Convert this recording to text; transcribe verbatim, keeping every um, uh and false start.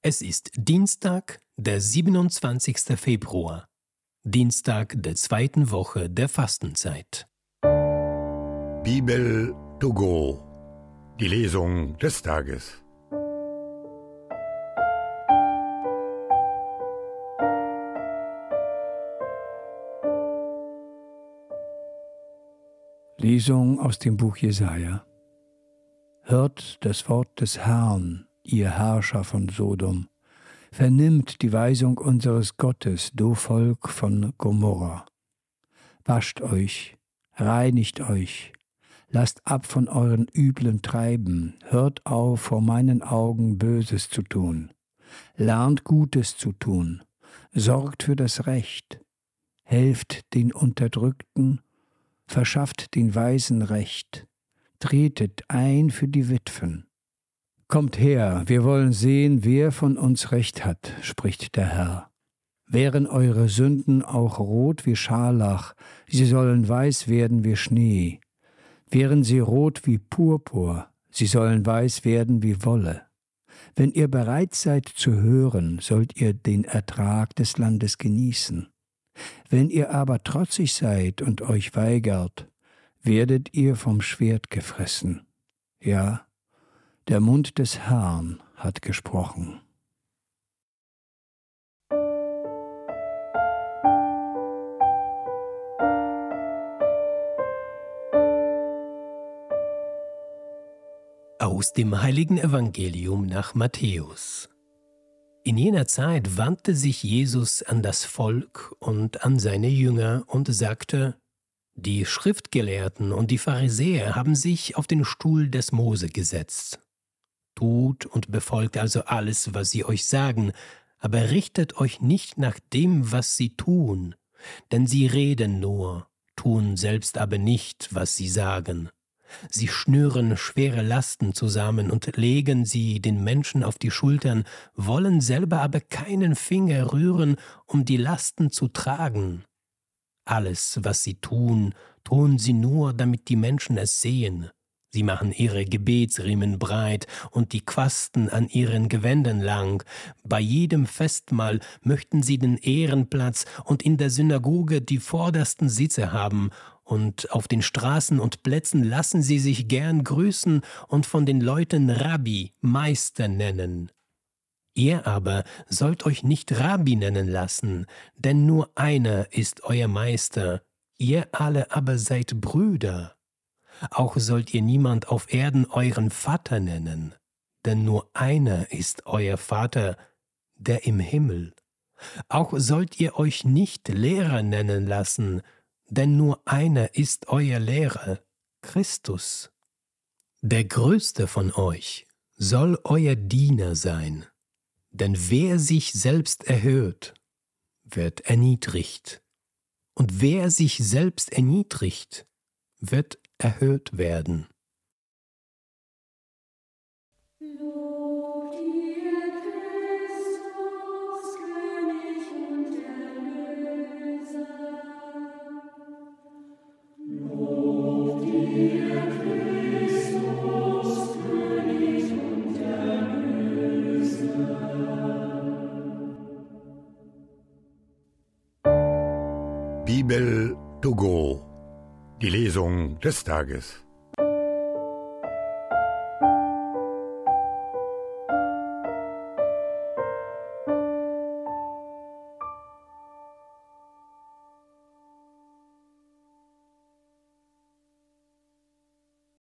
Es ist Dienstag, der siebenundzwanzigste Februar, Dienstag der zweiten Woche der Fastenzeit. Bibel to go, die Lesung des Tages. Lesung aus dem Buch Jesaja. Hört das Wort des Herrn, ihr Herrscher von Sodom. Vernimmt die Weisung unseres Gottes, du Volk von Gomorra. Wascht euch, reinigt euch, lasst ab von euren üblen Treiben, hört auf, vor meinen Augen Böses zu tun. Lernt Gutes zu tun, sorgt für das Recht, helft den Unterdrückten, verschafft den Weisen Recht, tretet ein für die Witwen. Kommt her, wir wollen sehen, wer von uns Recht hat, spricht der Herr. Wären eure Sünden auch rot wie Scharlach, sie sollen weiß werden wie Schnee. Wären sie rot wie Purpur, sie sollen weiß werden wie Wolle. Wenn ihr bereit seid zu hören, sollt ihr den Ertrag des Landes genießen. Wenn ihr aber trotzig seid und euch weigert, werdet ihr vom Schwert gefressen. Ja, der Mund des Herrn hat gesprochen. Aus dem heiligen Evangelium nach Matthäus. In jener Zeit wandte sich Jesus an das Volk und an seine Jünger und sagte: Die Schriftgelehrten und die Pharisäer haben sich auf den Stuhl des Mose gesetzt. Tut und befolgt also alles, was sie euch sagen, aber richtet euch nicht nach dem, was sie tun, denn sie reden nur, tun selbst aber nicht, was sie sagen. Sie schnüren schwere Lasten zusammen und legen sie den Menschen auf die Schultern, wollen selber aber keinen Finger rühren, um die Lasten zu tragen. Alles, was sie tun, tun sie nur, damit die Menschen es sehen. Sie machen ihre Gebetsriemen breit und die Quasten an ihren Gewändern lang. Bei jedem Festmahl möchten sie den Ehrenplatz und in der Synagoge die vordersten Sitze haben, und auf den Straßen und Plätzen lassen sie sich gern grüßen und von den Leuten Rabbi, Meister nennen. Ihr aber sollt euch nicht Rabbi nennen lassen, denn nur einer ist euer Meister, ihr alle aber seid Brüder. Auch sollt ihr niemand auf Erden euren Vater nennen, denn nur einer ist euer Vater, der im Himmel. Auch sollt ihr euch nicht Lehrer nennen lassen, denn nur einer ist euer Lehrer, Christus. Der Größte von euch soll euer Diener sein, denn wer sich selbst erhöht, wird erniedrigt, und wer sich selbst erniedrigt, wird erhöht werden. Bibel to go, die Lesung des Tages.